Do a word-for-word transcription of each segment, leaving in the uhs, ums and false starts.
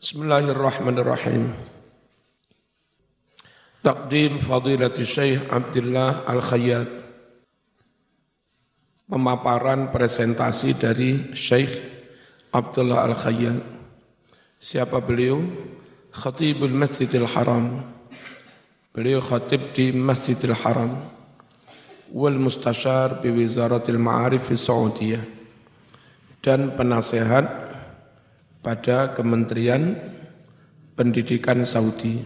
Bismillahirrahmanirrahim. Taqdim Fadilati Syekh Abdullah Al-Khayyat. Pemaparan presentasi dari Syekh Abdullah Al-Khayyat. Siapa beliau? Khatibul Masjidil Haram. Beliau khatib di Masjidil Haram. Wal Mustashar bi Wizaratil Ma'arif di Saudiyah. Dan penasehat pada Kementerian Pendidikan Saudi.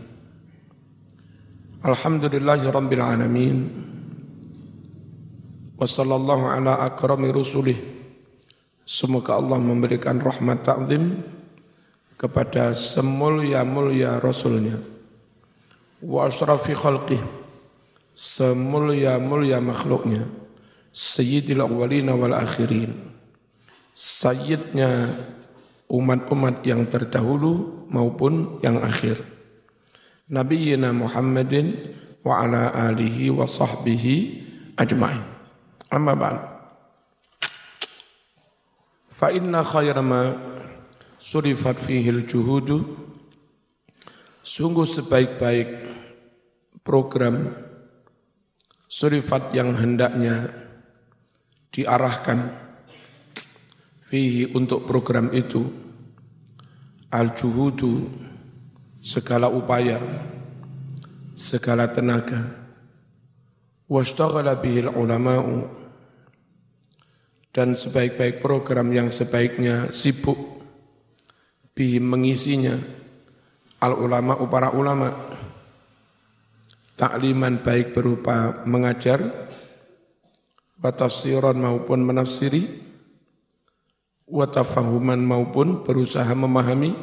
Alhamdulillahirabbil alamin. Wassallallahu ala akrami rusulih. Semoga Allah memberikan rahmat ta'zim kepada semulia-mulia Rasulnya. Wa asrafi khalqih, semulia-mulia makhluknya. Sayyidil awwalina wal akhirin, sayyidnya umat-umat yang terdahulu maupun yang akhir. Nabiyyina Muhammadin wa ala alihi wa sahbihi ajma'in. Amma ba'd. Fa inna khayra ma surifat fihil juhudu. Sungguh sebaik-baik program surifat yang hendaknya diarahkan fihi untuk program itu al-juhudu, segala upaya, segala tenaga, washtaghala bihil ulama'u, dan sebaik-baik program yang sebaiknya sibuk bihi mengisinya al-ulama'u, para ulama, ta'liman baik berupa mengajar, wa tafsiran maupun menafsiri, wa tafahuman maupun berusaha memahami,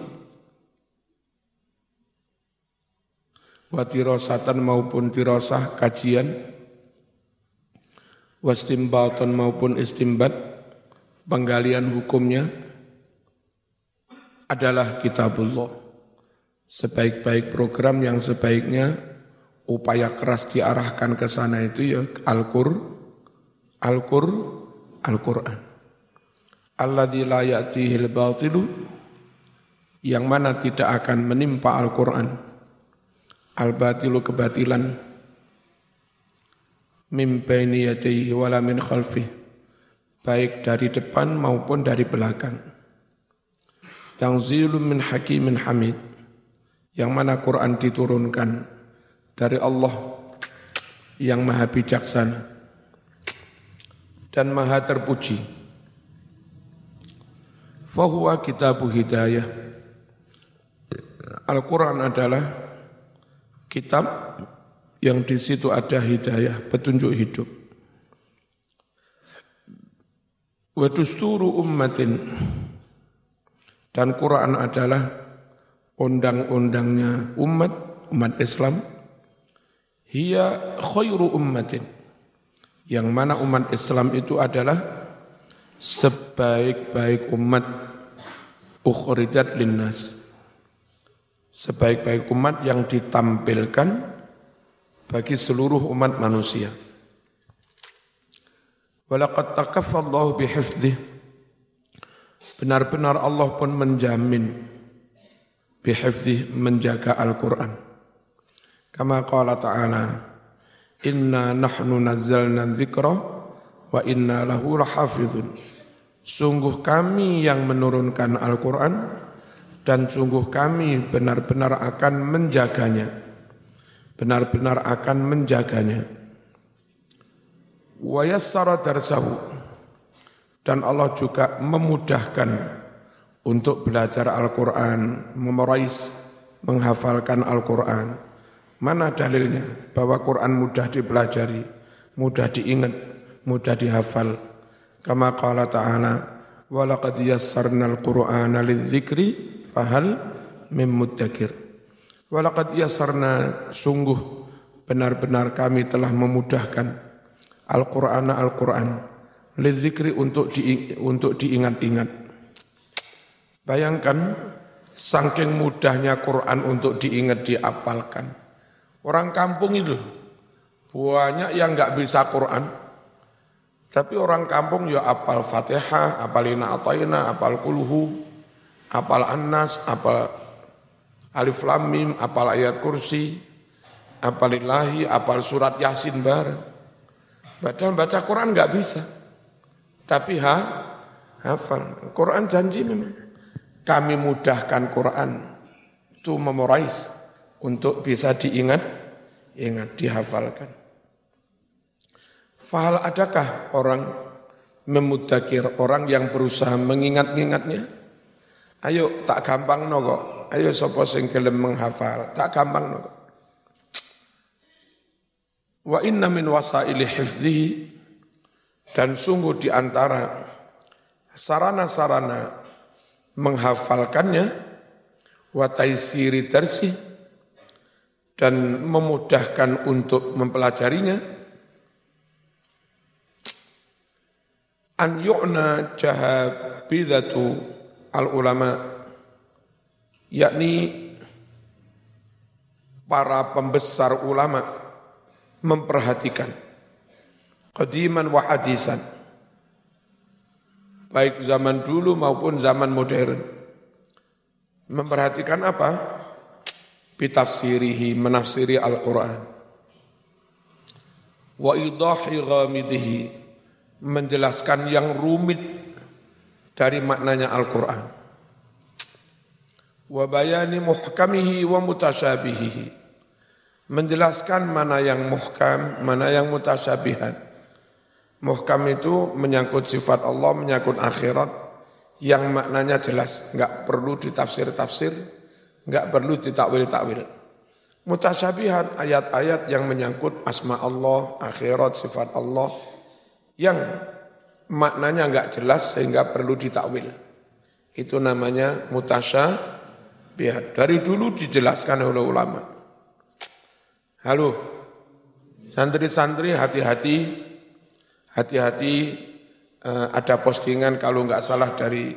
wa dirasatan maupun dirasah kajian, wa istimbatan maupun istimbat penggalian hukumnya adalah kitabullah. Sebaik-baik program yang sebaiknya upaya keras diarahkan ke sana itu ya Al-Qur Al-Qur Al-Qur'an. Alladzi la ya'tihil batilu, yang mana tidak akan menimpa Al-Quran. Al-batilu, kebatilan. Min baini yadayhi wala min khalfih, baik dari depan maupun dari belakang. Tanzilun min hakimin hamid, yang mana Quran diturunkan dari Allah yang maha bijaksana dan maha terpuji. Fahuwa kitabu hidayah. Al-Quran adalah kitab yang di situ ada hidayah, petunjuk hidup. Wa dusturu ummatin, dan Quran adalah undang-undangnya umat, umat Islam. Hiya khairu ummatin, yang mana umat Islam itu adalah sebaik-baik umat ukhrijat linnas, sebaik-baik umat yang ditampilkan bagi seluruh umat manusia. Walaqad takaffallahu bihifdzih, benar-benar Allah pun menjamin bihifdzih, menjaga Al-Quran. Kama qala ta'ala, inna nahnu nazzalna dzikra wa inna lahu lahafizun. Sungguh kami yang menurunkan Al-Quran dan sungguh kami benar-benar akan menjaganya. Benar-benar akan menjaganya. Wa yassara darsahu, dan Allah juga memudahkan untuk belajar Al-Quran, memorais, menghafalkan Al-Quran. Mana dalilnya bahwa Quran mudah dipelajari, mudah diingat, mudah dihafal? Kama qala ta'ala, wa laqad yassarnal Qur'ana lidzikri fahal mim muddakir. Wa laqad yassarna, sungguh benar-benar kami telah memudahkan Al-Qur'ana Al-Qur'an lidzikri, untuk di, untuk diingat-ingat. Bayangkan saking mudahnya Quran untuk diingat, diapalkan. Orang kampung itu banyak yang enggak bisa Quran. Tapi orang kampung ya apal Fatihah, apal Inna Atayna, apal Kulhu, apal An-Nas, apal Alif Lam Mim, apal ayat kursi, apal lillahi, apal surat Yasin bareng. Padahal baca Quran nggak bisa. Tapi ha, hafal. Quran janji memang. Kami mudahkan Quran to memorize untuk bisa diingat, ingat, dihafalkan. Fahal adakah orang memudakir, orang yang berusaha mengingat-ingatnya? Ayo tak gampang nogo. Ayo sapa sing gelem menghafal, tak gampang nogo. Wa inna min wasaili hifdzihi, dan sungguh di antara sarana-sarana menghafalkannya, wa taisiri darsi, dan memudahkan untuk mempelajarinya, an yu'na jahabidatu al-ulama, yakni para pembesar ulama memperhatikan qadiman wa hadisan, baik zaman dulu maupun zaman modern. Memperhatikan apa? Bitafsirihi, menafsiri Al-Quran. Wa idahi ghamidihi, menjelaskan yang rumit dari maknanya Al-Quran. Wa bayani muhkamihi wa mutasyabihihi, menjelaskan mana yang muhkam, mana yang mutasyabihan. Muhkam itu menyangkut sifat Allah, menyangkut akhirat, yang maknanya jelas, enggak perlu ditafsir-tafsir, enggak perlu ditakwil-takwil. Mutasyabihan, ayat-ayat yang menyangkut asma Allah, akhirat, sifat Allah, yang maknanya enggak jelas sehingga perlu ditakwil. Itu namanya mutasyabihan. Dari dulu dijelaskan oleh ulama. Halo, santri-santri, hati-hati, hati-hati, eh, ada postingan kalau enggak salah dari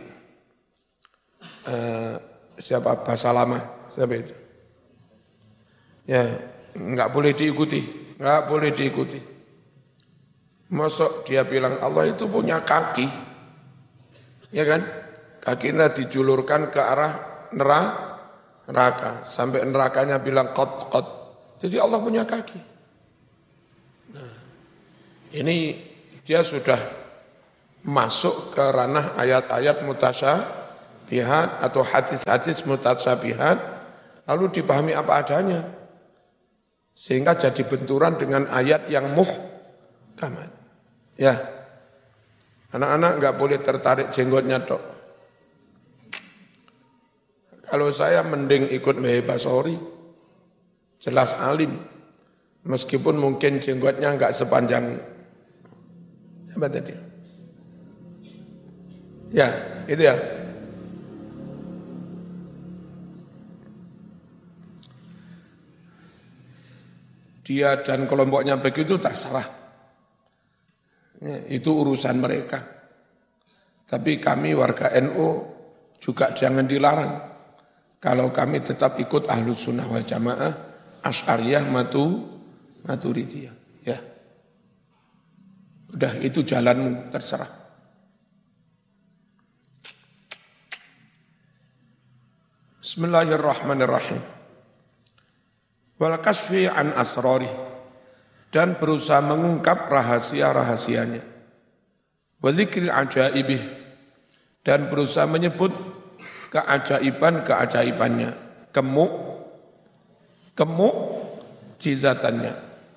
eh, siapa, bahasa lama, siapa itu? Ya, enggak boleh diikuti, enggak boleh diikuti. Masuk dia bilang Allah itu punya kaki, ya kan? Kakinya dijulurkan ke arah neraka, sampai nerakanya bilang qat qat. Jadi Allah punya kaki. Nah, ini dia sudah masuk ke ranah ayat-ayat mutasyabihat atau hadis-hadis mutasyabihat, lalu dipahami apa adanya, sehingga jadi benturan dengan ayat yang muhkamat. Ya, anak-anak enggak boleh tertarik jenggotnya tok. Kalau saya mending ikut Mbah Basori, jelas alim, meskipun mungkin jenggotnya enggak sepanjang apa tadi? Ya, itu ya. Dia dan kelompoknya begitu terserah. Ya, itu urusan mereka. Tapi kami warga N U juga jangan dilarang. Kalau kami tetap ikut Ahlus Sunnah wal Jamaah, Asy'ariyah, Matu, Maturidiyah. Ya. Udah, itu jalanmu, terserah. Bismillahirrahmanirrahim. Wal kasfi an asrari, dan berusaha mengungkap rahasia-rahasianya. Wa dzikri ajaibih, dan berusaha menyebut keajaiban-keajaibannya, kemuk, kemuk, jizatannya.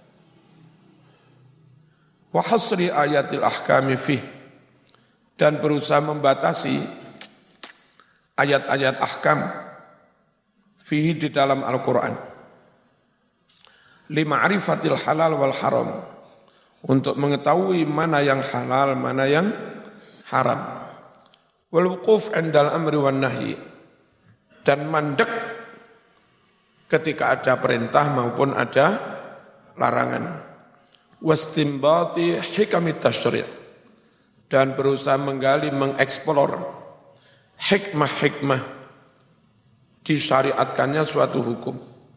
Wa hasri ayatil ahkami fih, dan berusaha membatasi ayat-ayat ahkam fihi di dalam Al-Quran. Lima'rifatil halal wal haram, untuk mengetahui mana yang halal, mana yang haram. Wal wuquf 'indal amri wan nahyi, dan mandek ketika ada perintah maupun ada larangan. Wastimbati hikamit tasyri', dan berusaha menggali, mengeksplor hikmah-hikmah disyariatkannya suatu hukum.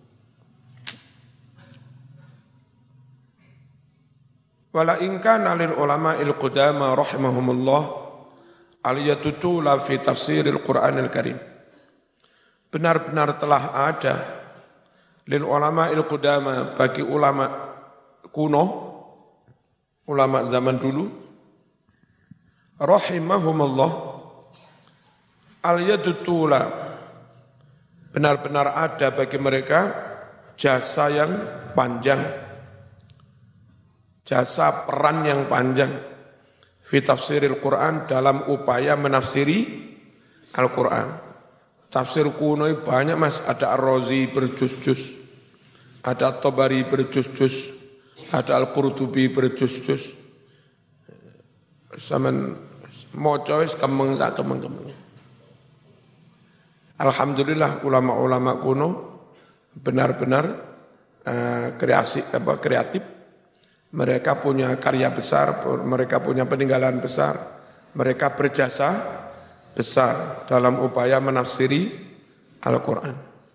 Wala in kana lil ulama'il qudama rahimahumullah aliyatutula fi tafsiril Qur'anil Karim. benar-benar telah ada lil ulama il qudama bagi ulama kuno, ulama zaman dulu, rahimahumullah, al yadutula, benar-benar ada bagi mereka jasa yang panjang, jasa peran yang panjang fi tafsiril Quran, dalam upaya menafsiri Al-Quran. Tafsir kuno banyak mas, ada Ar-Razi berjus-jus, ada Tabari berjus-jus, ada Al-Qurtubi berjus-jus. Saman moco wis kemeng sak kemeng-kemeng. Alhamdulillah ulama-ulama kuno benar-benar uh, kreasi apa kreatif. Mereka punya karya besar, mereka punya peninggalan besar, mereka berjasa besar dalam upaya menafsiri Al-Quran.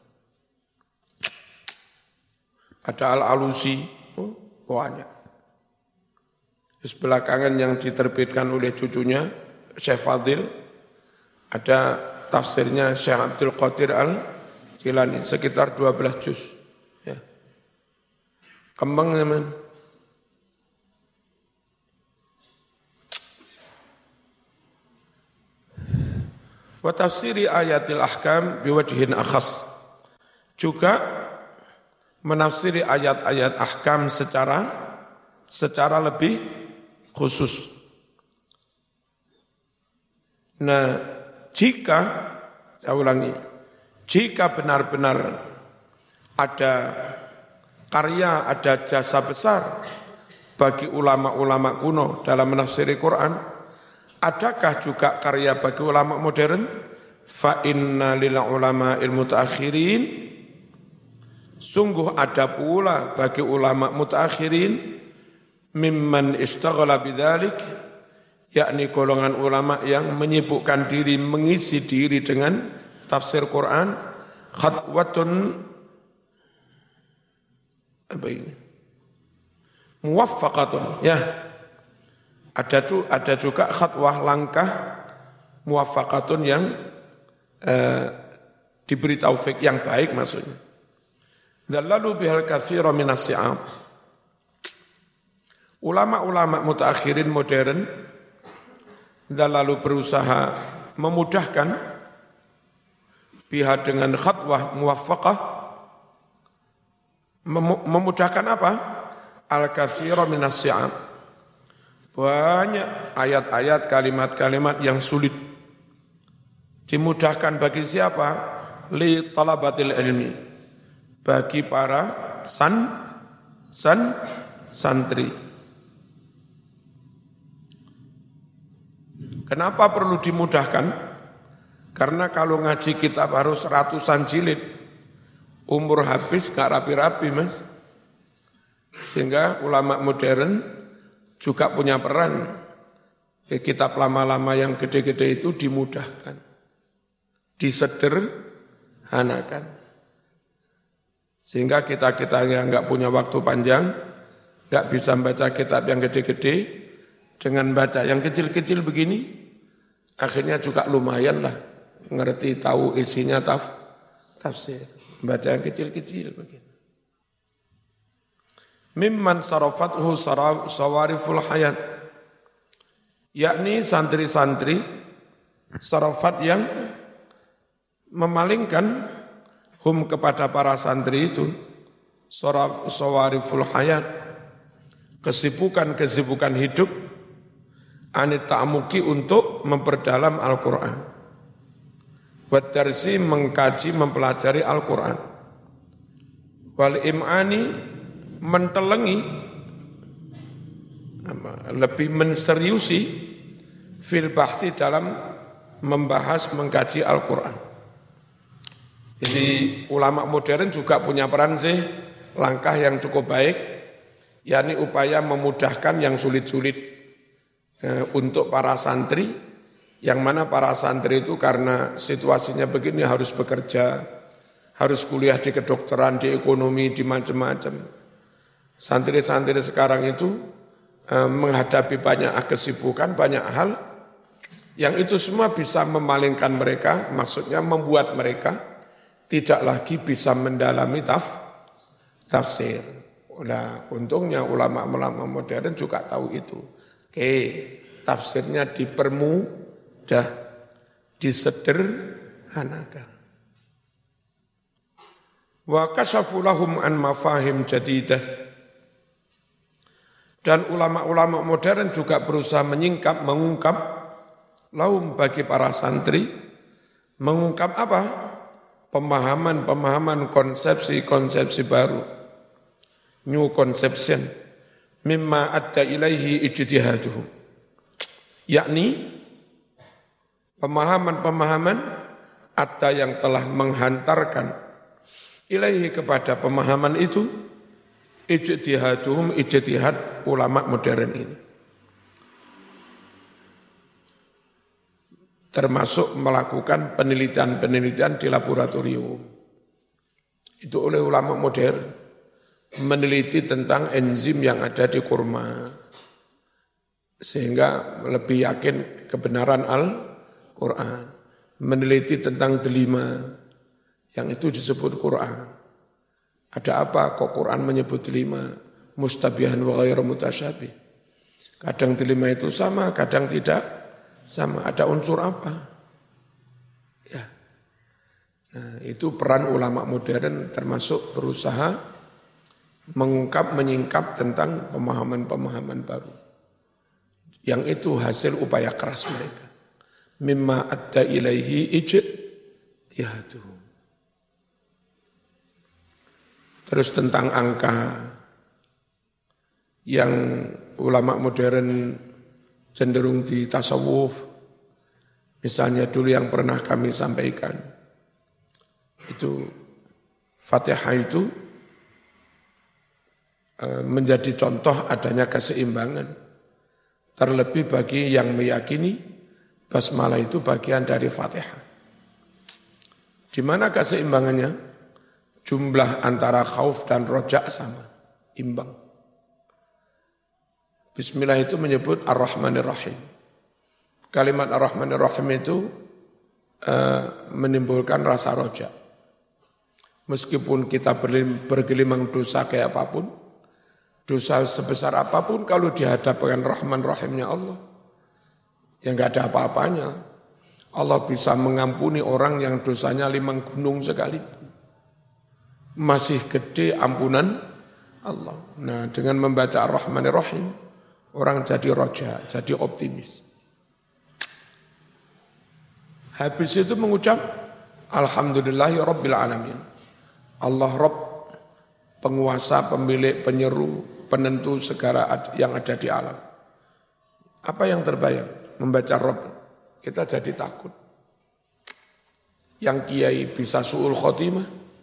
Ada Al-Alusi, oh, banyak. Terus belakangan yang diterbitkan oleh cucunya, Syekh Fadil, ada tafsirnya Syekh Abdul Qadir Al-Jilani, sekitar dua belas juz. Ya. Kembang teman. Wa tafsiri ayatil ahkam biwajhin akhas. Juga menafsiri ayat-ayat ahkam secara secara lebih khusus. Nah, jika saya ulangi, jika benar-benar ada karya, ada jasa besar bagi ulama-ulama kuno dalam menafsiri Quran, adakah juga karya bagi ulama modern? Fa inna lil ulama ilmu mutaakhirin, sungguh ada pula bagi ulama mutaakhirin mimman istaghala bidzalik, yakni golongan ulama yang menyibukkan diri, mengisi diri dengan tafsir Quran, khatwatun apa ini? Muwaffaqatun, ya. Ada tu, ada juga khatwah langkah muwaffaqatun yang eh, diberi taufik yang baik maksudnya. Dallalu bihal katsira minas si'ab. Ulama-ulama mutaakhirin modern dallalu berusaha memudahkan biha dengan khatwah muwaffaqah, memudahkan apa? Al katsira minas si'ab. Banyak ayat-ayat, kalimat-kalimat yang sulit. Dimudahkan bagi siapa? Li talabatil ilmi. Bagi para san, san, santri. Kenapa perlu dimudahkan? Karena kalau ngaji kitab harus ratusan jilid. Umur habis gak rapi-rapi mas. Sehingga ulama modern juga punya peran. Kitab lama-lama yang gede-gede itu dimudahkan, disederhanakan. Sehingga kita-kita yang enggak punya waktu panjang, enggak bisa membaca kitab yang gede-gede, dengan baca yang kecil-kecil begini, akhirnya juga lumayan lah, ngerti tahu isinya taf, tafsir. Baca yang kecil-kecil begini. Mimman sarafathu sawariful hayat, yakni santri-santri sarafat yang memalingkan hum kepada para santri itu saraf sawariful hayat, kesibukan-kesibukan hidup, anit ta'amuki untuk memperdalam Al-Quran, buat darsi mengkaji mempelajari Al-Quran, wal im'ani mentelengi, lebih menseriusi fil bahthi dalam membahas mengkaji Al-Quran. Jadi ulama modern juga punya peran sih, langkah yang cukup baik, yakni upaya memudahkan yang sulit-sulit eh, untuk para santri, yang mana para santri itu karena situasinya begini harus bekerja, harus kuliah di kedokteran, di ekonomi, di macam-macam. Santri-santri sekarang itu eh, menghadapi banyak kesibukan, banyak hal, yang itu semua bisa memalingkan mereka, maksudnya membuat mereka tidak lagi bisa mendalami taf, tafsir. Nah, untungnya ulama-ulama modern juga tahu itu. Oke, tafsirnya dipermudah, disederhanakan. Wa kashafu lahum an mafahim jadidah. Dan ulama-ulama modern juga berusaha menyingkap, mengungkap lahum bagi para santri, mengungkap apa? Pemahaman-pemahaman konsepsi-konsepsi baru. New conception mimma adda ilaihi ijtihaduhum. Yakni pemahaman-pemahaman adda yang telah menghantarkan ilaihi kepada pemahaman itu ijtihaduhum, ijtihad ulama modern ini. Termasuk melakukan penelitian-penelitian di laboratorium. Itu oleh ulama modern. Meneliti tentang enzim yang ada di kurma. Sehingga lebih yakin kebenaran Al-Quran. Meneliti tentang delima. Yang itu disebut Quran. Ada apa kok Quran menyebut delima? Mustabihan wa ghairu mutasyabih. Kadang delima itu sama, kadang tidak sama. Ada unsur apa? Ya. Nah, itu peran ulama modern termasuk berusaha mengungkap, menyingkap tentang pemahaman-pemahaman baru. Yang itu hasil upaya keras mereka. Mimma adda ilaihi ijtihaduhum. Terus tentang angka yang ulama modern cenderung di tasawuf. Misalnya dulu yang pernah kami sampaikan. Itu Fatihah itu menjadi contoh adanya keseimbangan. Terlebih bagi yang meyakini basmalah itu bagian dari Fatihah. Di mana keseimbangannya? Jumlah antara khauf dan rojak sama, imbang. Bismillah itu menyebut Ar-Rahmanir Rahim. Kalimat Ar-Rahmanir Rahim itu uh, menimbulkan rasa rojak. Meskipun kita bergelimang dosa kayak apapun, dosa sebesar apapun kalau dihadapkan Rahman Rahimnya Allah, yang enggak ada apa-apanya. Allah bisa mengampuni orang yang dosanya limang gunung sekalipun. Masih gede ampunan Allah. Nah, dengan membaca Ar-Rahmanir Rahim, orang jadi roja, jadi optimis. Habis itu mengucap Alhamdulillahi Rabbil Alamin. Allah Rabb, penguasa, pemilik, penyeru, penentu segala yang ada di alam. Apa yang terbayang? Membaca Rabb, kita jadi takut. Yang kiai bisa su'ul khotimah,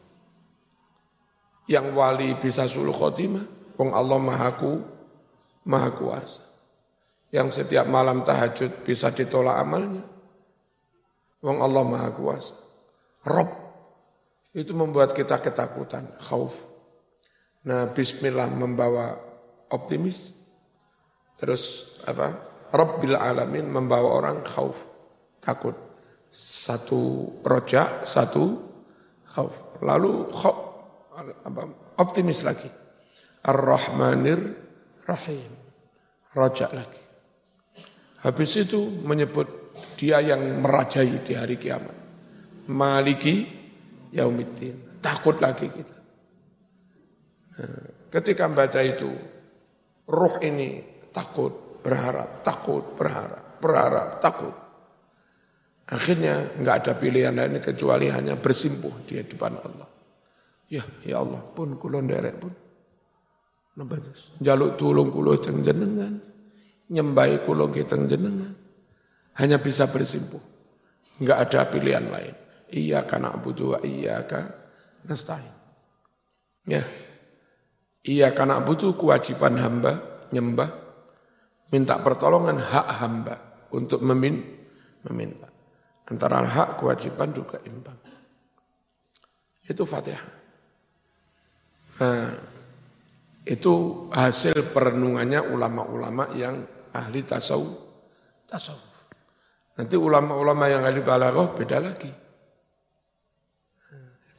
yang wali bisa su'ul khotimah, wong Allah Mahaku, Maha Kuasa. Yang setiap malam tahajud bisa ditolak amalnya, wong Allah Maha Kuasa. Rabb, itu membuat kita ketakutan, khauf. Nah, bismillah membawa optimis. Terus apa? Rabbil Alamin membawa orang khauf, takut. Satu roja, satu khauf. Lalu khauf, apa, optimis lagi. Ar-Rahmanir Rahim. Roja lagi. Habis itu menyebut dia yang merajai di hari kiamat. Maliki Yaumiddin. Takut lagi kita. Nah, ketika membaca itu, ruh ini takut, berharap, takut, berharap, berharap, takut. Akhirnya enggak ada pilihan lain kecuali hanya bersimpuh di depan Allah. Ya, ya Allah pun kula nderek pun. Njaluk tulung kula teng jenengan, nyembahi kula teng jenengan. Hanya bisa bersimpuh. Enggak ada pilihan lain. Iyyaka na'budu wa iyyaka nasta'in. Ya. Iyyaka na'budu kewajiban hamba nyembah, minta pertolongan hak hamba untuk memin, meminta. Antara hak kewajiban juga imbang. Itu Fatihah. Nah, itu hasil perenungannya ulama-ulama yang ahli tasawuf. Tasawuf. Nanti ulama-ulama yang ahli balaghah beda lagi.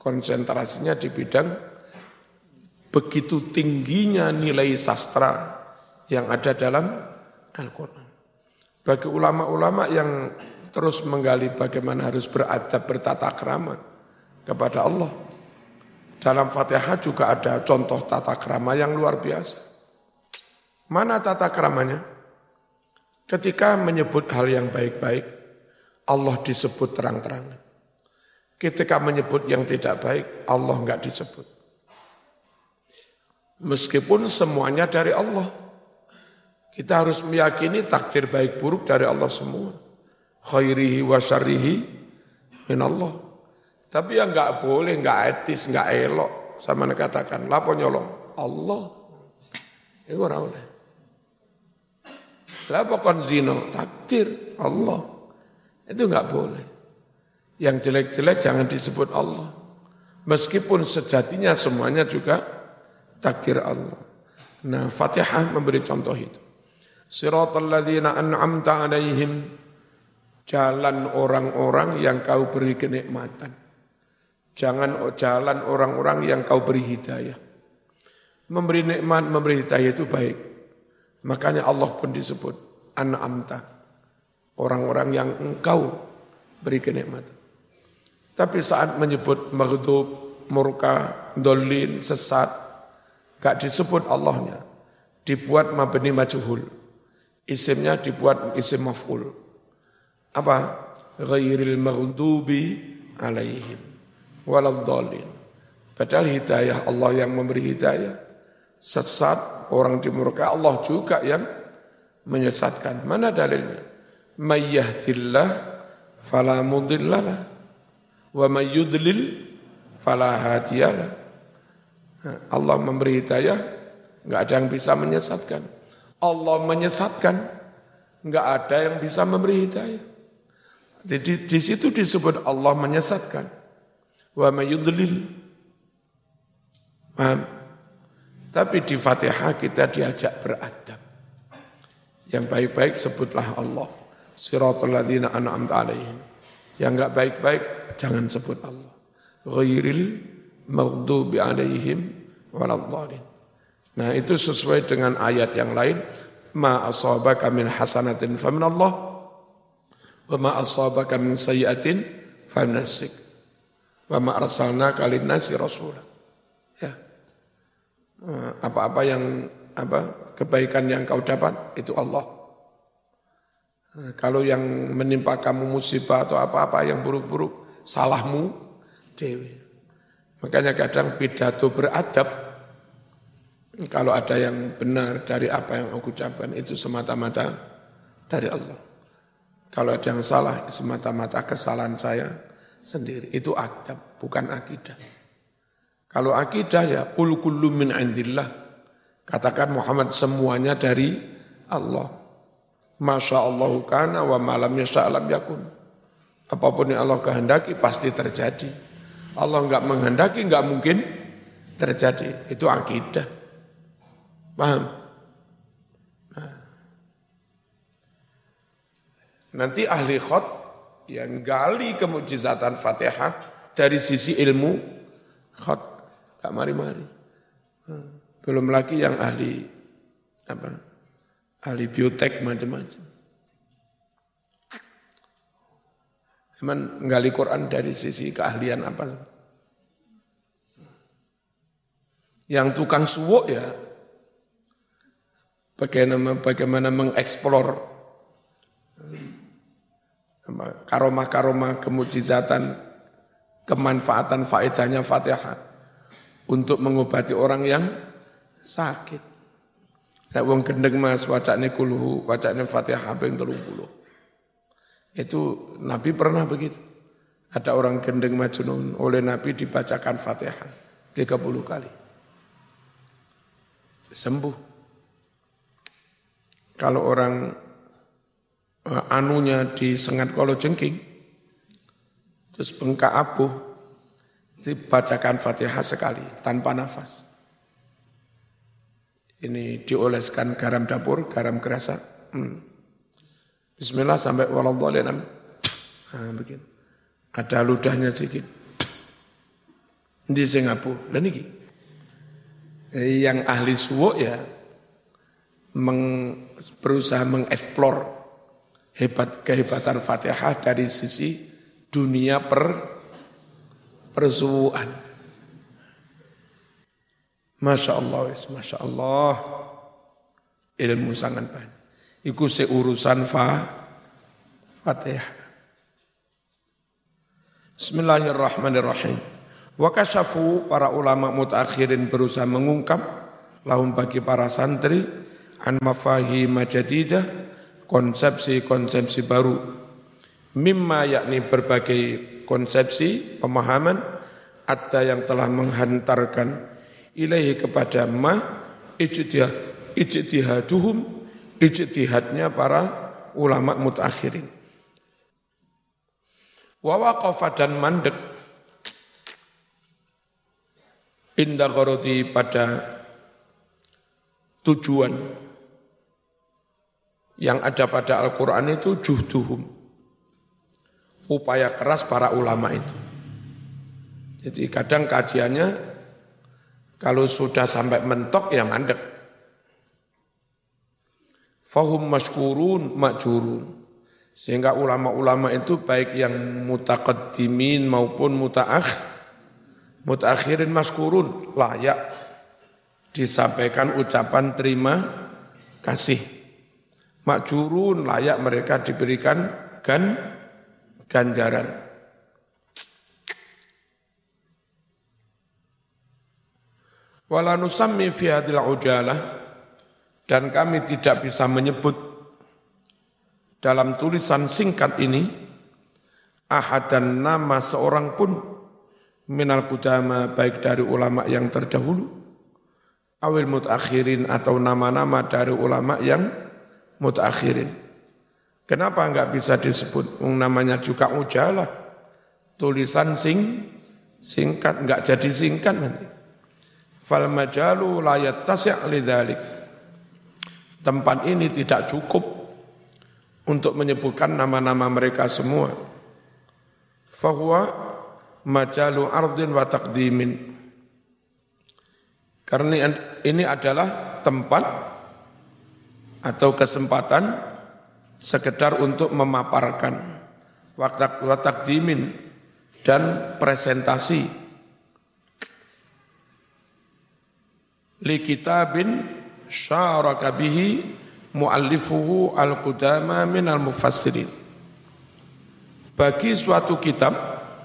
konsentrasinya di bidang begitu tingginya nilai sastra yang ada dalam Al-Quran. Bagi ulama-ulama yang terus menggali bagaimana harus beradab, bertata krama kepada Allah, dalam Fatihah juga ada contoh tata krama yang luar biasa. Mana tata kramanya? Ketika menyebut hal yang baik-baik, Allah disebut terang-terangan. Ketika menyebut yang tidak baik, Allah enggak disebut. Meskipun semuanya dari Allah. Kita harus meyakini takdir baik buruk dari Allah semua. Khairihi wa syarrihi min Allah. Tapi yang enggak boleh, enggak etis, enggak elok. Sama katakan, lapo nyolong? Allah. Itu orang oleh. Lapo kon zino? Takdir Allah. Itu enggak boleh. Yang jelek-jelek jangan disebut Allah. Meskipun sejatinya semuanya juga takdir Allah. Nah, Fatihah memberi contoh itu. Siratal ladzina an'amta alaihim, jalan orang-orang yang kau beri kenikmatan. Jangan jalan orang-orang yang kau beri hidayah. Memberi nikmat, memberi hidayah itu baik. Makanya Allah pun disebut an'amta. Orang-orang yang engkau beri kenikmatan. Tapi saat menyebut maghdub, murka, dolin, sesat, gak disebut Allahnya. Dibuat mabni majhul. Isimnya dibuat isim maf'ul. Apa? Ghairil maghdubi alaihim waladdallin. Padahal hidayah Allah yang memberi hidayah. Sesat, orang dimurka, Allah juga yang menyesatkan. Mana dalilnya? May yahdillah fala mudhillalah wa may yudlil fala hadiyalah. Allah memberi hidayah, enggak ada yang bisa menyesatkan. Allah menyesatkan, enggak ada yang bisa memberi hidayah. Jadi di situ disebut Allah menyesatkan. Wa may yudlil. Paham? Tapi di Fatihah kita diajak beradab. Yang baik-baik sebutlah Allah. Siratal ladzina an'amta alaihim. Yang enggak baik-baik jangan sebut Allah. Ghairil maghdubi alaihim waladdallin. Nah, itu sesuai dengan ayat yang lain, ma asabaka min hasanatin faminallah wa ma asabaka min sayyi'atin faminasik wa ma arsalnaka linnasi rasula. Ya. Apa-apa yang apa kebaikan yang kau dapat itu Allah. Kalau yang menimpa kamu musibah atau apa-apa yang buruk-buruk, salahmu dewi. Makanya kadang pidato beradab, kalau ada yang benar dari apa yang aku ucapkan, itu semata-mata dari Allah. Kalau ada yang salah, semata-mata kesalahan saya sendiri. Itu adab, bukan akidah. Kalau akidah ya, qul kullu min indillah. Katakan Muhammad semuanya dari Allah. Masya Allah kana wa malam yasha alam yakun. Apapun yang Allah kehendaki pasti terjadi. Allah enggak menghendaki enggak mungkin terjadi. Itu akidah. Paham? Nah. Nanti ahli khot yang gali kemujizatan Fatihah dari sisi ilmu khot. Gak mari-mari. Belum lagi yang ahli apa? Ahli biotek macam-macam. Cuman menggali Quran dari sisi keahlian apa? Yang tukang suwuk ya, bagaimana, bagaimana mengeksplor karomah-karomah kemujizatan, kemanfaatan faedahnya Fatihah untuk mengobati orang yang sakit. Nek wong gendeng mas wacane kuluhu, wacane Fatihah ping telung puluh. Itu Nabi pernah begitu. Ada orang gendeng majnun, oleh Nabi dibacakan Fatihah tiga puluh kali. Sembuh. Kalau orang anunya disengat kalajengking, terus bengkak abuh, dibacakan Fatihah sekali tanpa nafas. Ini dioleskan garam dapur, garam kerasa. Hmm. Bismillah sampai waladhdallin. Nah, begini. Ada ludahnya sedikit. di Singapura. Dan ini yang ahli suwuk ya meng, berusaha mengeksplor hebat kehebatan Fatihah dari sisi dunia per persuwuan. Masya Allah, Masya Allah, ilmu sangat banyak. Iku seurusan fa, Fatihah. Bismillahirrahmanirrahim. Wa kasyafu, para ulama mutakhirin berusaha mengungkap lahum bagi para santri an mafahim jadidah, konsepsi-konsepsi baru, mimma yakni berbagai konsepsi pemahaman ada yang telah menghantarkan ilaihi kepada ma ijtihad ijtihaduhum, ijtihadnya para ulama mutakhirin. Wa waqafa, dan mandek inda gharati, pada tujuan yang ada pada Al-Quran itu juhduhum, upaya keras para ulama itu. Jadi kadang kajiannya kalau sudah sampai mentok ya mandek. Fahum masykurun ma'jurun. Sehingga ulama-ulama itu baik yang mutaqaddimin maupun muta'akh mutakhirin maskurun, layak disampaikan ucapan terima kasih. Makjurun, layak mereka diberikan gan ganjaran. Wala nusammi fi hadhil ujalah, dan kami tidak bisa menyebut dalam tulisan singkat ini ahadan, nama seorang pun minal qudama, baik dari ulama yang terdahulu, awil mutakhirin, atau nama-nama dari ulama yang mutakhirin. Kenapa enggak bisa disebut? Namanya juga ujalah, tulisan sing singkat, enggak jadi singkat nanti. Fal majalu la yattasi' lidzalik. Tempat ini tidak cukup untuk menyebutkan nama-nama mereka semua. Fahuwa majalu ardin wa taqdimin. Karena ini adalah tempat atau kesempatan sekedar untuk memaparkan wa taqdimin dan presentasi li kitabin syaraka bihi muallifuhu al-qudama minal mufassirin, bagi suatu kitab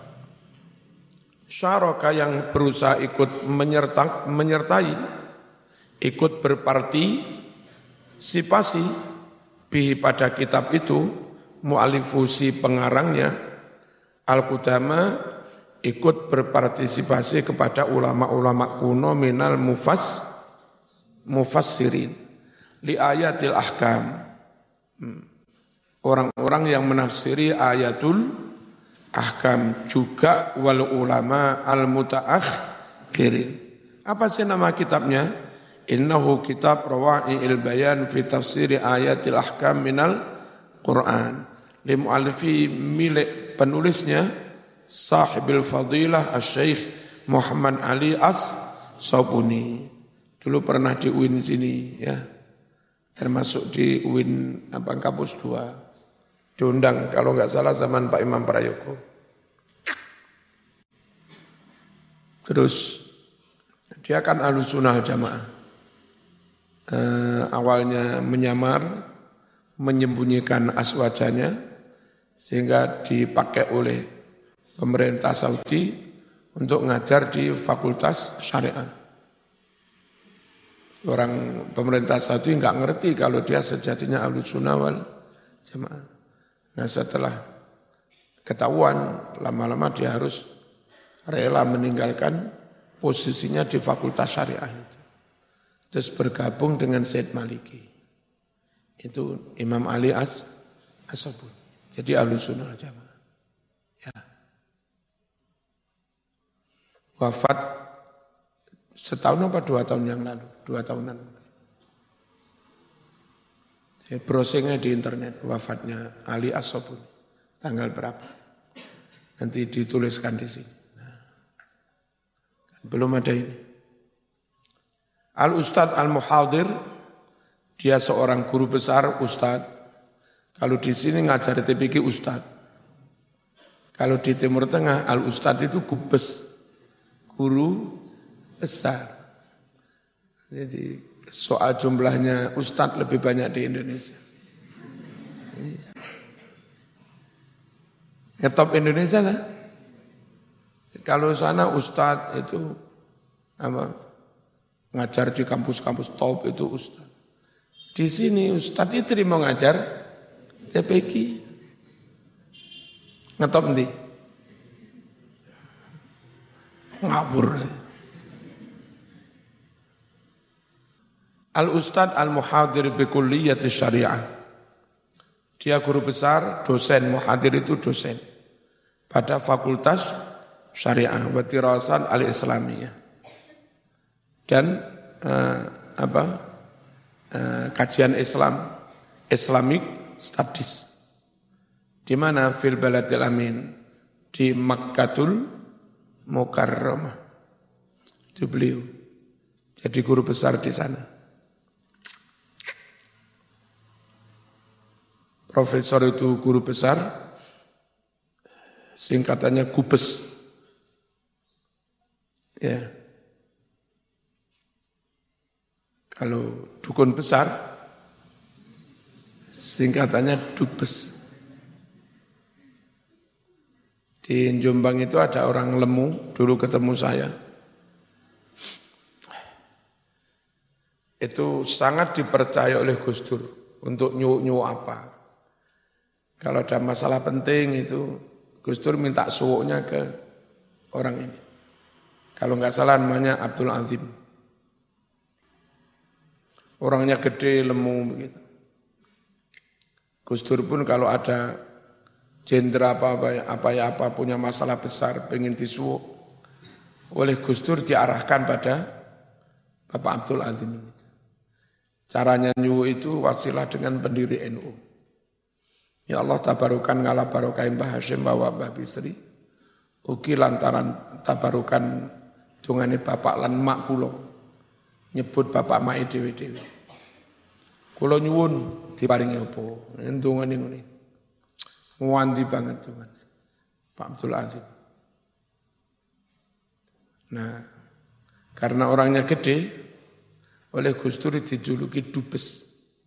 syaraka yang berusaha ikut menyertai, menyertai ikut berpartisipasi bihi pada kitab itu, mu'alifu si pengarangnya, al-qudama ikut berpartisipasi kepada ulama-ulama kuno minal mufas mufassirin li ayatil ahkam, orang-orang yang menafsiri ayatul ahkam, juga wal ulama al mutaakhirin. Apa sih nama kitabnya? Innahu kitab Rawa'i'il Bayan fi tafsiri ayatil ahkam minal Qur'an. Li mu'allifi, milik penulisnya sahibil fadilah Asy-Syaikh Muhammad Ali As-Sabuni. Dulu pernah di U I N sini ya. Termasuk di U I N apa kampus dua. Diundang kalau enggak salah zaman Pak Imam Prayogo. Terus dia kan Ahlussunnah Jamaah. Eh, awalnya menyamar, menyembunyikan aswajanya, sehingga dipakai oleh pemerintah Saudi untuk ngajar di Fakultas Syariah. Orang pemerintah Saudi enggak ngerti kalau dia sejatinya Ahlussunnah wal Jamaah. Nah setelah ketahuan, lama-lama dia harus rela meninggalkan posisinya di Fakultas Syariah itu. Terus bergabung dengan Said Maliki. Itu Imam Ali As As-Sabuni. Jadi Ahlussunnah wal Jamaah. Ya. Wafat setahun apa dua tahun yang lalu? Dua tahunan. Browsingnya di internet, wafatnya Ali As-Sabuni. Tanggal berapa? Nanti dituliskan di sini. Nah. Belum ada ini. Al-Ustadz Al-Muhadir, dia seorang guru besar, Ustadz. Kalau di sini ngajar T P Q Ustadz. Kalau di Timur Tengah, Al-Ustadz itu gubes, guru besar. Jadi soal jumlahnya Ustadz lebih banyak di Indonesia. Ya top Indonesia lah. Kalau sana Ustadz itu apa, ngajar di kampus-kampus top itu Ustadz. Di sini Ustadz itu terima ngajar T P Q. Ngetop nanti. Ngabur. Al-Ustadz Al-Muhadir bi Kulliyati Syariah. Dia guru besar, dosen, muhadir itu dosen pada Fakultas Syariah wa Dirasan Al-Islamiyah. Dan eh, apa? Eh, kajian Islam, Islamic Studies. Di mana fil baladil amin, di Makkatul Mukarramah. Itu beliau. Jadi guru besar di sana. Profesor itu guru besar, singkatannya Gubes. Ya. Kalau dukun besar, singkatannya Dubes. Di Jombang itu ada orang lemu, dulu ketemu saya. Itu sangat dipercaya oleh Gus Dur untuk nyuwuk-nyuwuk apa. Kalau ada masalah penting itu Gus Dur minta suwuknya ke orang ini. Kalau nggak salah namanya Abdul Azim. Orangnya gede, lemu begitu. Gus Dur pun kalau ada jenderal apa apa ya apa punya masalah besar pengen disuwuk oleh Gus Dur diarahkan pada Bapak Abdul Azim ini. Caranya nyuwuk itu wasilah dengan pendiri N U. Ya Allah tabarukan ngala barokain Mbah Hashim bawa Mbah Bisri. Ugi lantaran tabarukan dungane bapak lan mak kula. Nyebut bapak mak dhewe-dhewe. Kula nyuwun diparingi apa? Ndongane ngene. Nganti banget tuh Pak Abdul Azim. Nah, karena orangnya gede, oleh Gus Dur dijuluki Dubes.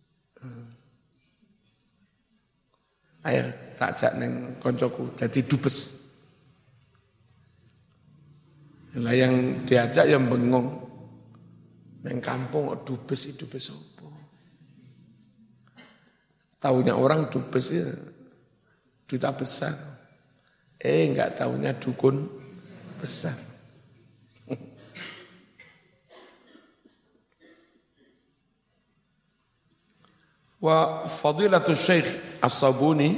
Ayo tak jak neng koncoku jadi Dubes. Lah yang diajak yang bengong. Neng kampung Dubes itu Dubes apa? Taunya orang Dubes ya duta besar. Eh enggak taunya dukun besar. Wa fadilatul Syekh As-Sabuni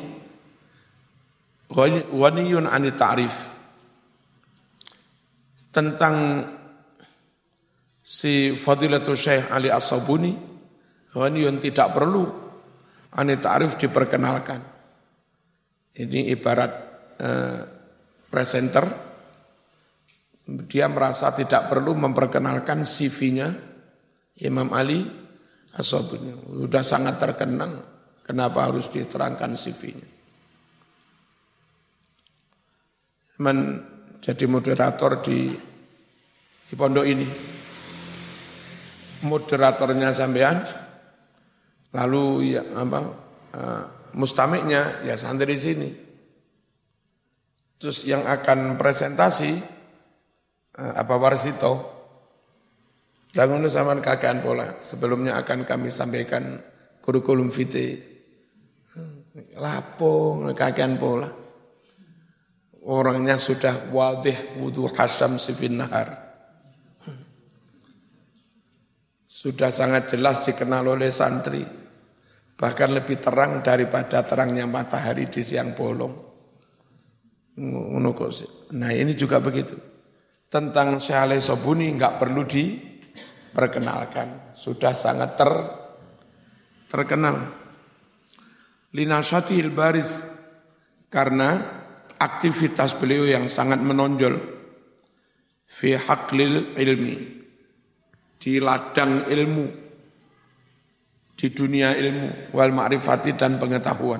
ghaniyun 'ani ta'rif. Tentang si fadilatul Syekh Ali As-Sabuni ghaniyun tidak perlu 'ani ta'rif diperkenalkan. Ini ibarat eh, presenter, dia merasa tidak perlu memperkenalkan C V-nya Imam Ali As-Sabuni. Sudah sangat terkenal, kenapa harus diterangkan C V-nya? Teman jadi moderator di, di pondok ini. Moderatornya sampean, lalu ya apa uh, mustamiknya ya santri di sini. Terus yang akan presentasi uh, apa Warsito, Dangono zaman kakean pola. Sebelumnya akan kami sampaikan kurikulum vitae. Lapo kakean pola. Orangnya sudah wadih wudu hasam sifin nahar. Sudah sangat jelas dikenal oleh santri. Bahkan lebih terang daripada terangnya matahari di siang bolong. Nah ini juga begitu. Tentang Syekh Ali As-Sabuni enggak perlu diperkenalkan. Sudah sangat ter, terkenal. Linashatihil baris. Karena aktivitas beliau yang sangat menonjol. fi haqlil ilmi, di ladang ilmu, di dunia ilmu, wal ma'rifati dan pengetahuan.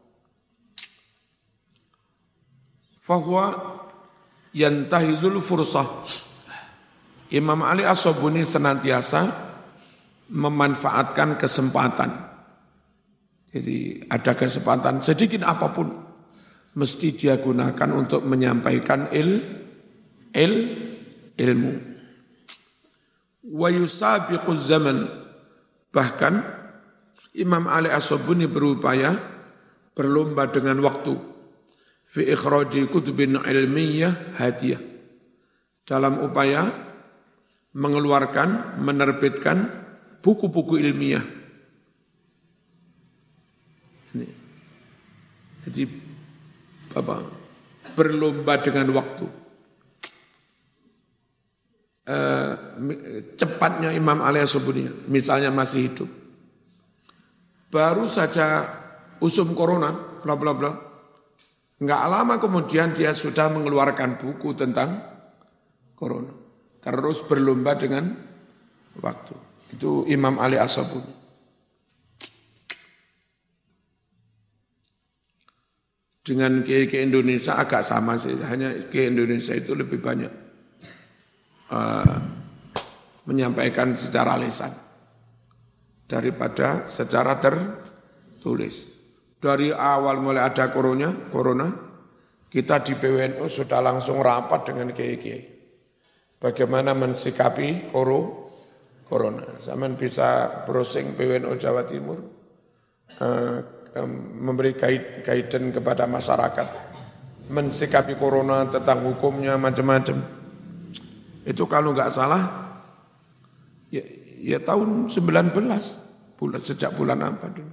Fahuwa yantahizul fursah. Imam Ali As-Sabuni senantiasa memanfaatkan kesempatan. Jadi ada kesempatan sedikit apapun, mesti dia gunakan untuk menyampaikan il, il, ilmu. Wa yusabiquz zaman, bahkan Imam Ali As-Sabuni berupaya berlomba dengan waktu fi ikhraji kutubin ilmiyah hadiyah, dalam upaya mengeluarkan, menerbitkan buku-buku ilmiah. Ini. Jadi apa? Berlomba dengan waktu. Uh, cepatnya Imam Ali As-Sabuni, misalnya masih hidup, baru saja usum corona, bla bla bla, nggak lama kemudian dia sudah mengeluarkan buku tentang corona, terus berlomba dengan waktu. Itu Imam Ali As-Sabuni. Dengan ke Indonesia agak sama sih, hanya ke Indonesia itu lebih banyak Uh, menyampaikan secara lisan daripada secara tertulis. Dari awal mulai ada corona, corona, kita di P W N U sudah langsung rapat dengan kiai-kiai. Bagaimana mensikapi koro, corona. Zaman bisa browsing P W N U Jawa Timur, uh, um, memberi guidance kepada masyarakat, mensikapi corona, tentang hukumnya, macam-macam. Itu kalau nggak salah, ya, ya tahun sembilan belas, bulan, sejak bulan apa dulu.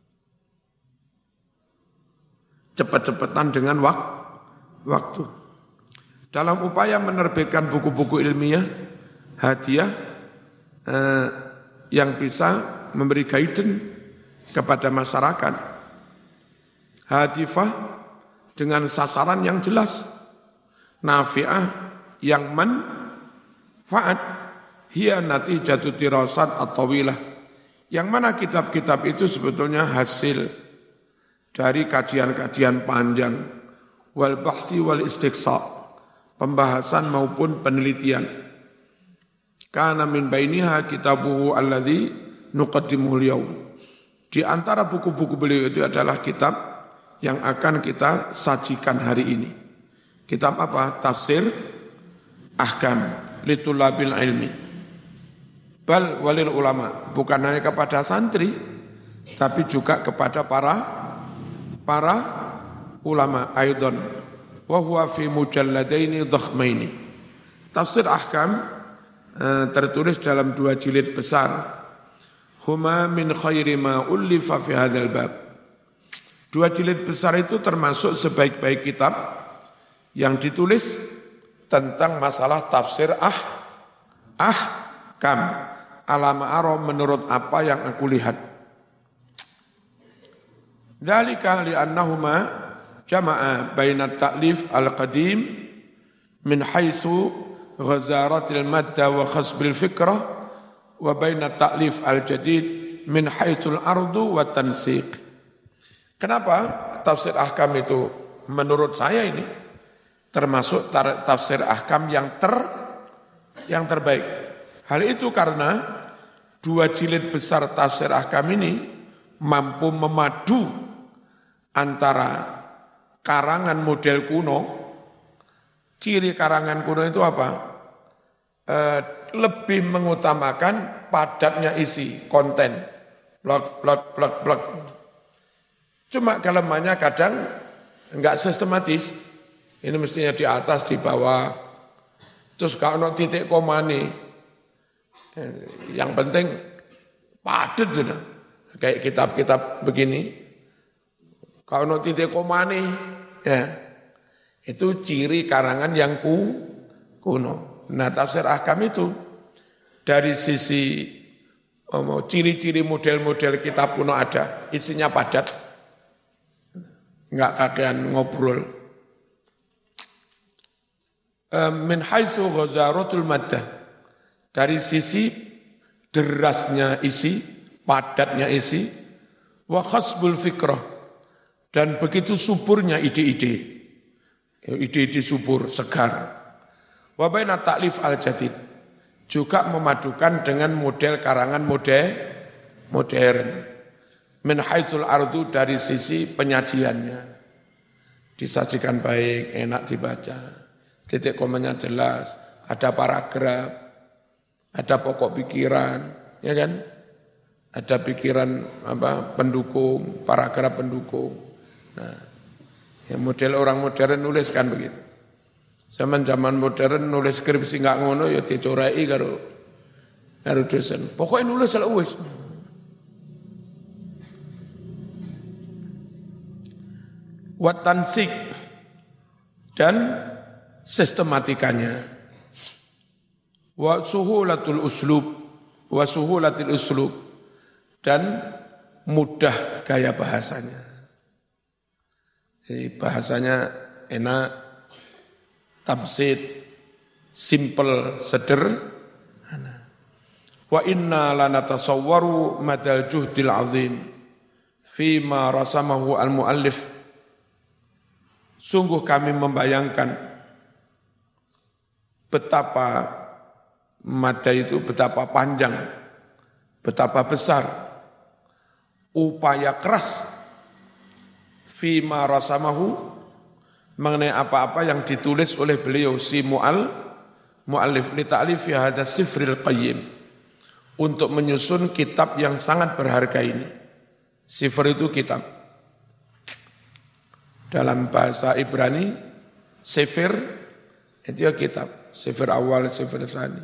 Cepat-cepatan dengan wak, waktu. Dalam upaya menerbitkan buku-buku ilmiah, hadiah, eh, yang bisa memberi guidance kepada masyarakat. Hadifah dengan sasaran yang jelas. Nafi'ah yang man Fa'ad hiya natijatu dirasat at-tawilah, yang mana kitab-kitab itu sebetulnya hasil dari kajian-kajian panjang, wal bahsi wal istiqsa, pembahasan maupun penelitian. Kana min bainiha kitabuhu alladhi nuqaddimuhu al-yawm. Di antara buku-buku beliau itu adalah kitab yang akan kita sajikan hari ini. Kitab apa? Tafsir Ahkam litulabil ilmi, bal walil ulama, bukan hanya kepada santri tapi juga kepada para para ulama aidan, wa huwa fi mujalladaini dhakhmaini. Tafsir Ahkam eh, tertulis dalam dua jilid besar. Huma min khairi ma ullifa fi hadzal bab. Dua jilid besar itu termasuk sebaik-baik kitab yang ditulis tentang masalah tafsir ah, ahkam, alama arom menurut apa yang aku lihat. Dzalika li'annahuma jama'a baina ta'lif al-qadim min haitsu ghazaratil madda wa khasbil fikrah wa baina ta'lif al-jadid min haitsul ardu wa tansiq. Kenapa tafsir ahkam itu menurut saya ini termasuk tafsir ahkam yang ter yang terbaik. Hal itu karena dua jilid besar tafsir ahkam ini mampu memadu antara karangan model kuno. Ciri karangan kuno itu apa? E, lebih mengutamakan padatnya isi, konten. Blok, blok, blok, blok. Cuma kelemahannya kadang enggak sistematis. Ini mestinya di atas, di bawah. Terus kalau ada titik koma nih, yang penting padat sudah. Kayak kitab-kitab begini. Kalau ada titik koma nih, ya, itu ciri karangan yang ku, kuno. Nah, tafsir ahkam itu dari sisi oh, ciri-ciri model-model kitab kuno ada, isinya padat. Enggak kakean ngobrol. min haitsu ghazaratul maddah, dari sisi derasnya isi, padatnya isi, wa khasbul fikrah, dan begitu suburnya ide-ide, ide-ide subur, segar. Wa baina ta'lif al-jadid, juga memadukan dengan model karangan model modern. Min haitsul ardu, dari sisi penyajiannya, disajikan baik, enak dibaca, titik komanya jelas, ada paragraf, ada pokok pikiran, ya kan? Ada pikiran apa pendukung, paragraf pendukung. Nah, ya model orang modern nulis kan begitu. Zaman-zaman modern nulis skripsi nggak ngono ya dicorai karo karo dosen. Pokoknya nulis lah wis. Wa tansik, dan sistematikanya. Wa suhulatul uslub, wa suhulatil uslub, dan mudah gaya bahasanya. Jadi bahasanya enak, tabsid, simple, sederhana. Wa inna lanatasawwaru madal juhdil azim fima rasamahu al-muallif. Sungguh kami membayangkan betapa mada itu, betapa panjang, betapa besar upaya keras fima rasamahu, mengenai apa-apa yang ditulis oleh beliau si mu'al, mu'allif li ta'lifi hadza sifril qayyim, untuk menyusun kitab yang sangat berharga ini. Sifr itu kitab. Dalam bahasa Ibrani, sifir itu ya kitab. Sifir awal, sifir tsani.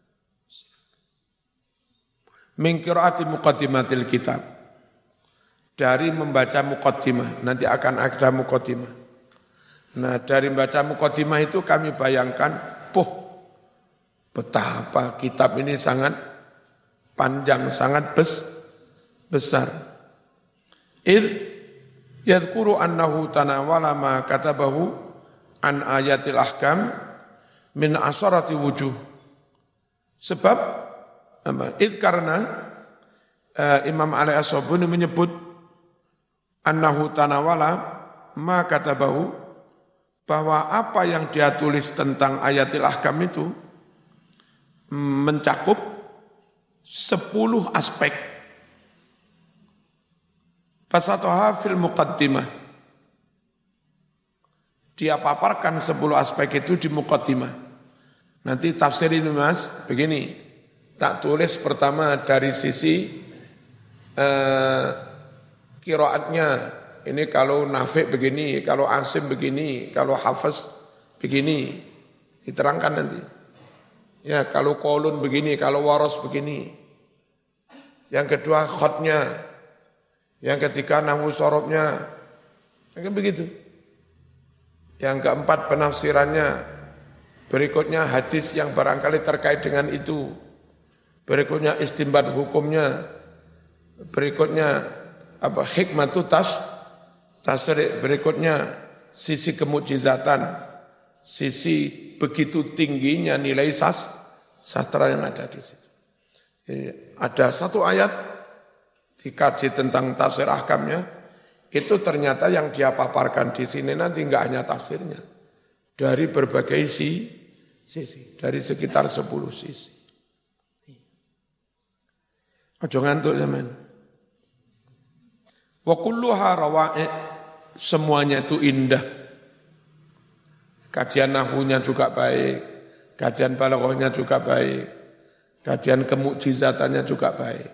Min qiraati muqaddimatil kitab. Dari membaca muqaddimah, nanti akan ada muqaddimah. Nah, dari baca muqaddimah itu kami bayangkan, poh, betapa kitab ini sangat panjang, sangat bes, besar. Id yadhkuru annahu tanawala ma katabahu an ayatil ahkam min asharati wujuh. Sebab, id karena uh, Imam Ali As-Sabuni menyebut annahu tanawala ma katabahu, bahwa apa yang dia tulis tentang ayatil ahkam itu mencakup sepuluh aspek. Fasatoha fil muqaddimah. Dia paparkan sepuluh aspek itu di muqaddimah. Nanti tafsir ini mas, begini, tak tulis pertama dari sisi eh, qiraatnya. Ini kalau Nafi' begini, kalau Asim begini, kalau Hafiz begini, diterangkan nanti. Ya, kalau Qaulun begini, kalau Waras begini. Yang kedua khotnya, yang ketiga nahwu sorobnya, kan begitu. Yang keempat penafsirannya, berikutnya hadis yang barangkali terkait dengan itu, berikutnya istinbat hukumnya, berikutnya apa hikmatu tas tasrik, berikutnya sisi kemukjizatan, sisi begitu tingginya nilai sas, sastra yang ada di situ. Jadi, ada satu ayat dikaji tentang tafsir ahkamnya, itu ternyata yang dia paparkan di sini nanti enggak hanya tafsirnya, dari berbagai si, sisi, dari sekitar sepuluh sisi. Aja ngantuk zaman. Wa kulluha rawa'i, semuanya itu indah. Kajian nahwunya juga baik, kajian balaghahnya juga baik, kajian kemukjizatannya juga baik.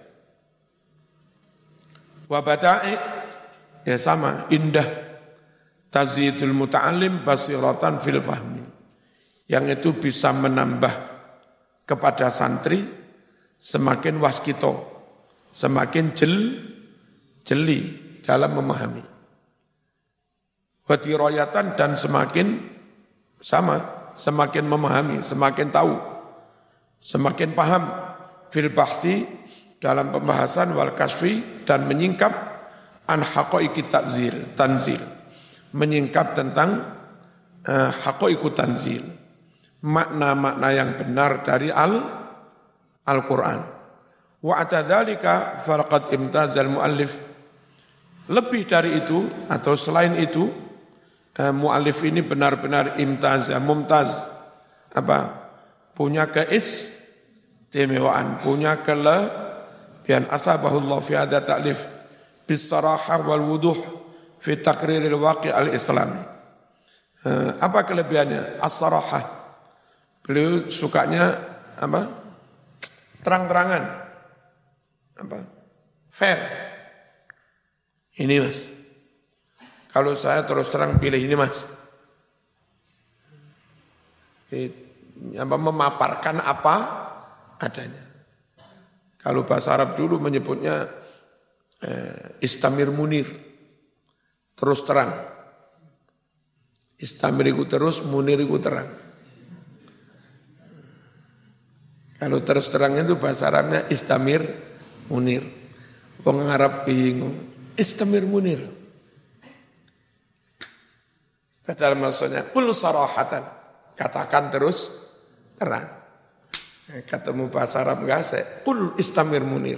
Wa bada'i, ya sama, indah. Tazyidul muta'allim basiratan fil fahmi, yang itu bisa menambah kepada santri semakin waskito, semakin jel, jeli dalam memahami. Wadirayatan, dan semakin sama, semakin memahami, semakin tahu, semakin paham fil bahsi, dalam pembahasan, wal kasfi, dan menyingkap an haqaiqi tanzil, tanzil, menyingkap tentang uh, haqaiqu tanzil, makna-makna yang benar dari al Al-Quran. Wa atadzalika falaqad imtazal muallif. Lebih dari itu atau selain itu, eh, muallif ini benar-benar imtaz, mumtaz, apa? Punya keistimewaan, punya kelebihan. Asabahullah fi hadza ta'lif bis-sarahah wal wuduh fi taqriril waqi' al-islami. Eh, apa kelebihannya? As-sarahah. Beliau sukanya apa? Terang-terangan. Apa? Fair. Ini Mas. Kalau saya terus terang pilih ini Mas. Apa, memaparkan apa adanya. Kalau bahasa Arab dulu menyebutnya eh, istamir munir. Terus terang. Istamir itu terus, munir itu terang. Kalau terus terang itu bahasa Arabnya istamir munir. Wong Arab bingung. Istamir munir. Padahal maksudnya kul sarahatan. Katakan terus terang. Ketemu bahasa Arab enggak sih? Kul istamir munir.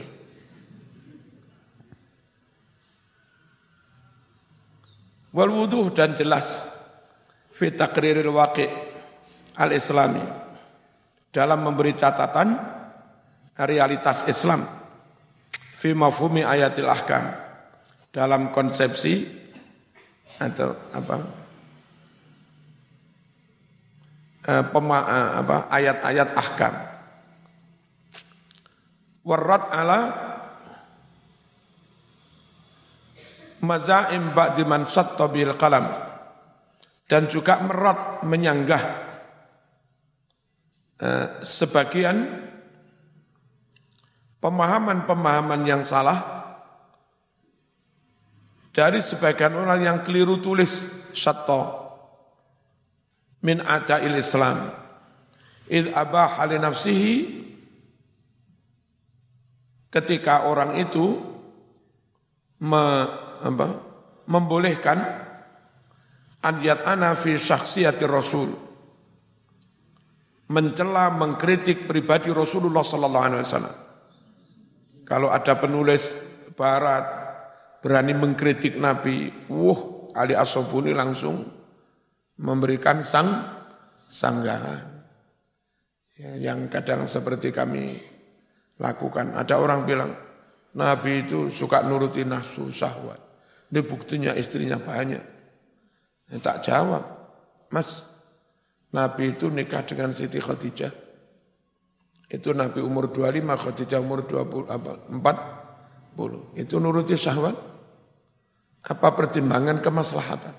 Wal wuduh dan jelas fi taqriril waqi' al-islami, dalam memberi catatan realitas Islam, fi mafhumi ayatil ahkam, dalam konsepsi atau apa, pema, apa ayat-ayat ahkam. Warad ala mazaim ba'di man satta bil qalam, dan juga merat menyanggah eh, sebagian pemahaman-pemahaman yang salah dari sebagian orang yang keliru tulis satta min ajail Islam id abaha li nafsihi, ketika orang itu me, apa, membolehkan anjat ana fi syakhsiyati Rasul, mencela mengkritik pribadi Rasulullah sallallahu alaihi wasallam. Kalau ada penulis barat berani mengkritik Nabi, wuh, Ali As-Sobuni langsung memberikan sang sanggahan. Ya, yang kadang seperti kami lakukan. Ada orang bilang, Nabi itu suka nuruti nafsu syahwat. Ini buktinya istrinya banyak. Ya, tak jawab, Mas, Nabi itu nikah dengan Siti Khadijah. Itu Nabi umur dua puluh lima, Khadijah umur dua puluh, apa, empat puluh. Itu nuruti syahwat? Apa pertimbangan kemaslahatan?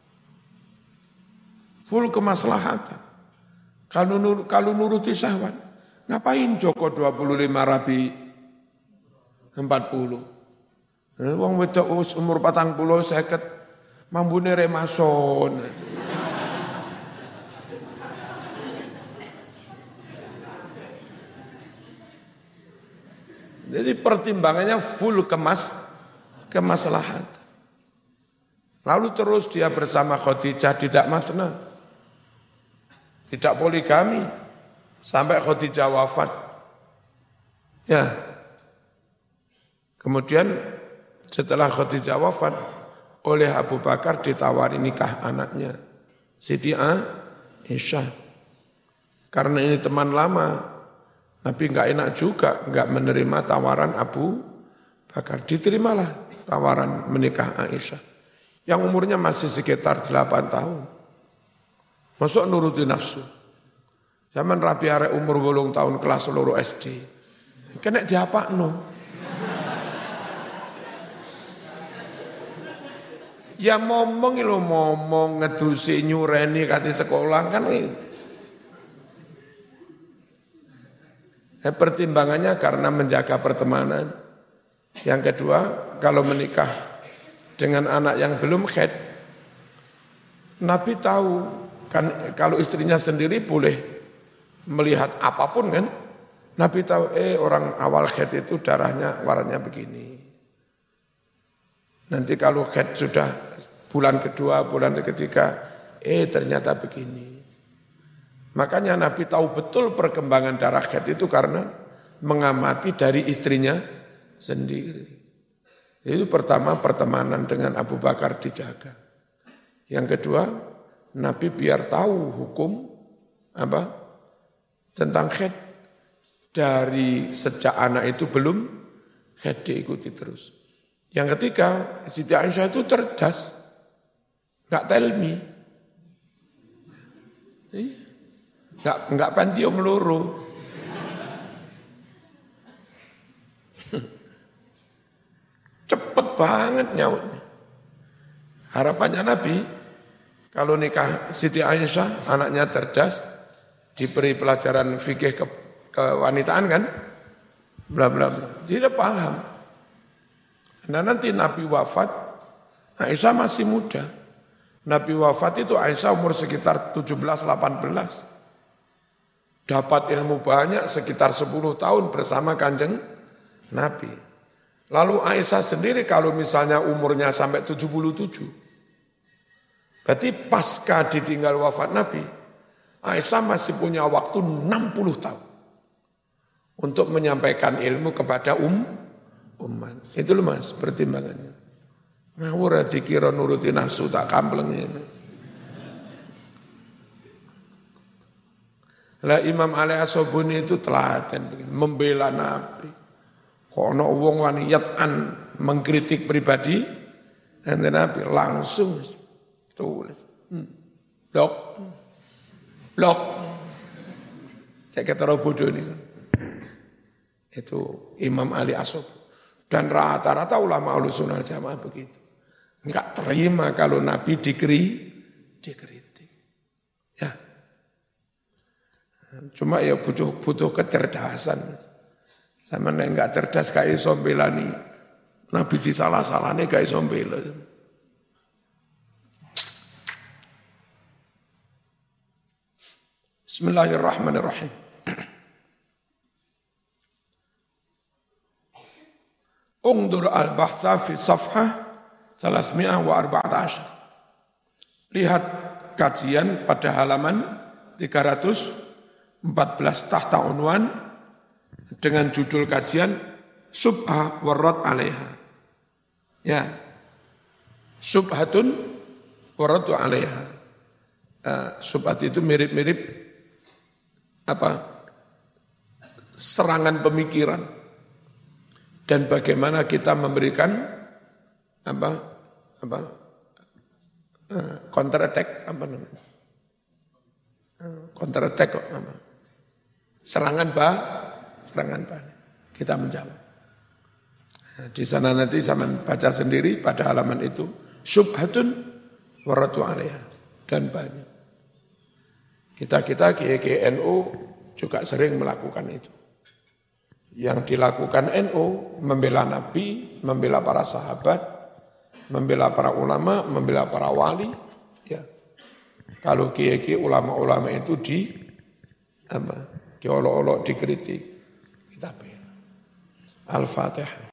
Full kemaslahatan. Kalau nur, kalau nuruti syahwat, ngapain Joko dua puluh lima, Rabi empat puluh? Wong wedok umur patang puluh seket, mambune remason. Jadi pertimbangannya full kemas, kemaslahatan. Lalu terus dia bersama Khadijah tidak masna, tidak poligami, sampai Khadijah wafat. Ya, kemudian setelah Khadijah wafat, oleh Abu Bakar ditawari nikah anaknya, Siti Aisyah. Karena ini teman lama, Nabi enggak enak juga, enggak menerima tawaran Abu Bakar. Diterimalah tawaran menikah Aisyah, yang umurnya masih sekitar delapan tahun. Masuk nuruti nafsu. Zaman Rabi arek umur wolung tahun kelas loro S D. Kena diapakno. Ya ngomong lho, ngomong ngedusi nyureni kate sekolah kan. Ya, pertimbangannya karena menjaga pertemanan. Yang kedua, kalau menikah dengan anak yang belum haid, Nabi tahu kan kalau istrinya sendiri boleh melihat apapun kan. Nabi tahu eh orang awal haid itu darahnya warnanya begini. Nanti kalau haid sudah bulan kedua, bulan ketiga, eh ternyata begini. Makanya Nabi tahu betul perkembangan darah haid itu karena mengamati dari istrinya sendiri. Itu pertama pertemanan dengan Abu Bakar dijaga. Yang kedua, Nabi biar tahu hukum apa tentang haid dari sejak anak itu belum haid diikuti terus. Yang ketiga, Siti Aisyah itu cerdas, nggak telmi, nggak nggak pantium loro. Cepet banget nyautnya. Harapannya Nabi, kalau nikah Siti Aisyah, anaknya cerdas, diberi pelajaran fikih ke, kewanitaan kan, bla bla bla. Jadi dia paham. Nah nanti Nabi wafat, Aisyah masih muda. Nabi wafat itu Aisyah umur sekitar tujuh belas delapan belas. Dapat ilmu banyak sekitar sepuluh tahun bersama Kanjeng Nabi. Lalu Aisyah sendiri kalau misalnya umurnya sampai tujuh puluh tujuh, berarti pasca ditinggal wafat Nabi, Aisyah masih punya waktu enam puluh tahun untuk menyampaikan ilmu kepada um, umat. Itu loh mas, pertimbangannya. Ngawur dikira nuruti nafsu tak kampleng ini. Lah Imam Ali As-Sobuni itu telaten, membela Nabi. Kok ana wong wani yatan mengkritik pribadi, dan Nabi langsung tulis. Hmm. Blok. Blok. Saya kata bodoh ini. Itu Imam Ali As-Sobuni. Dan rata-rata ulama Ahlussunnah wal Jamaah begitu. Enggak terima kalau Nabi dikri, dikritik. Ya. Cuma ya butuh butuh kecerdasan. Sama nek enggak cerdas gak iso mbelani. Nabi disalah-salahne gak iso mbela. Bismillahirrahmanirrahim. Ungdur al-bahtha fi safhah salasmi'ah wa arba'at ashar. Lihat kajian pada halaman tiga ratus empat belas tahta unwan dengan judul kajian Subha warad alaiha. Ya. Subhatun warad alaiha. Uh, subhat itu mirip-mirip apa? Serangan pemikiran. Dan bagaimana kita memberikan apa apa uh, counter attack apa namanya uh, counter attack kok apa serangan bah serangan bah kita menjawab. Nah, di sana nanti zaman baca sendiri pada halaman itu syubhatun waratu alaiha dan banyak kita kita K K N U juga sering melakukan itu. Yang dilakukan N U membela Nabi, membela para sahabat, membela para ulama, membela para wali. Ya, kalau kiai-kiai ulama-ulama itu di apa, diolok-olok, dikritik, kita bela. Al-Fatihah.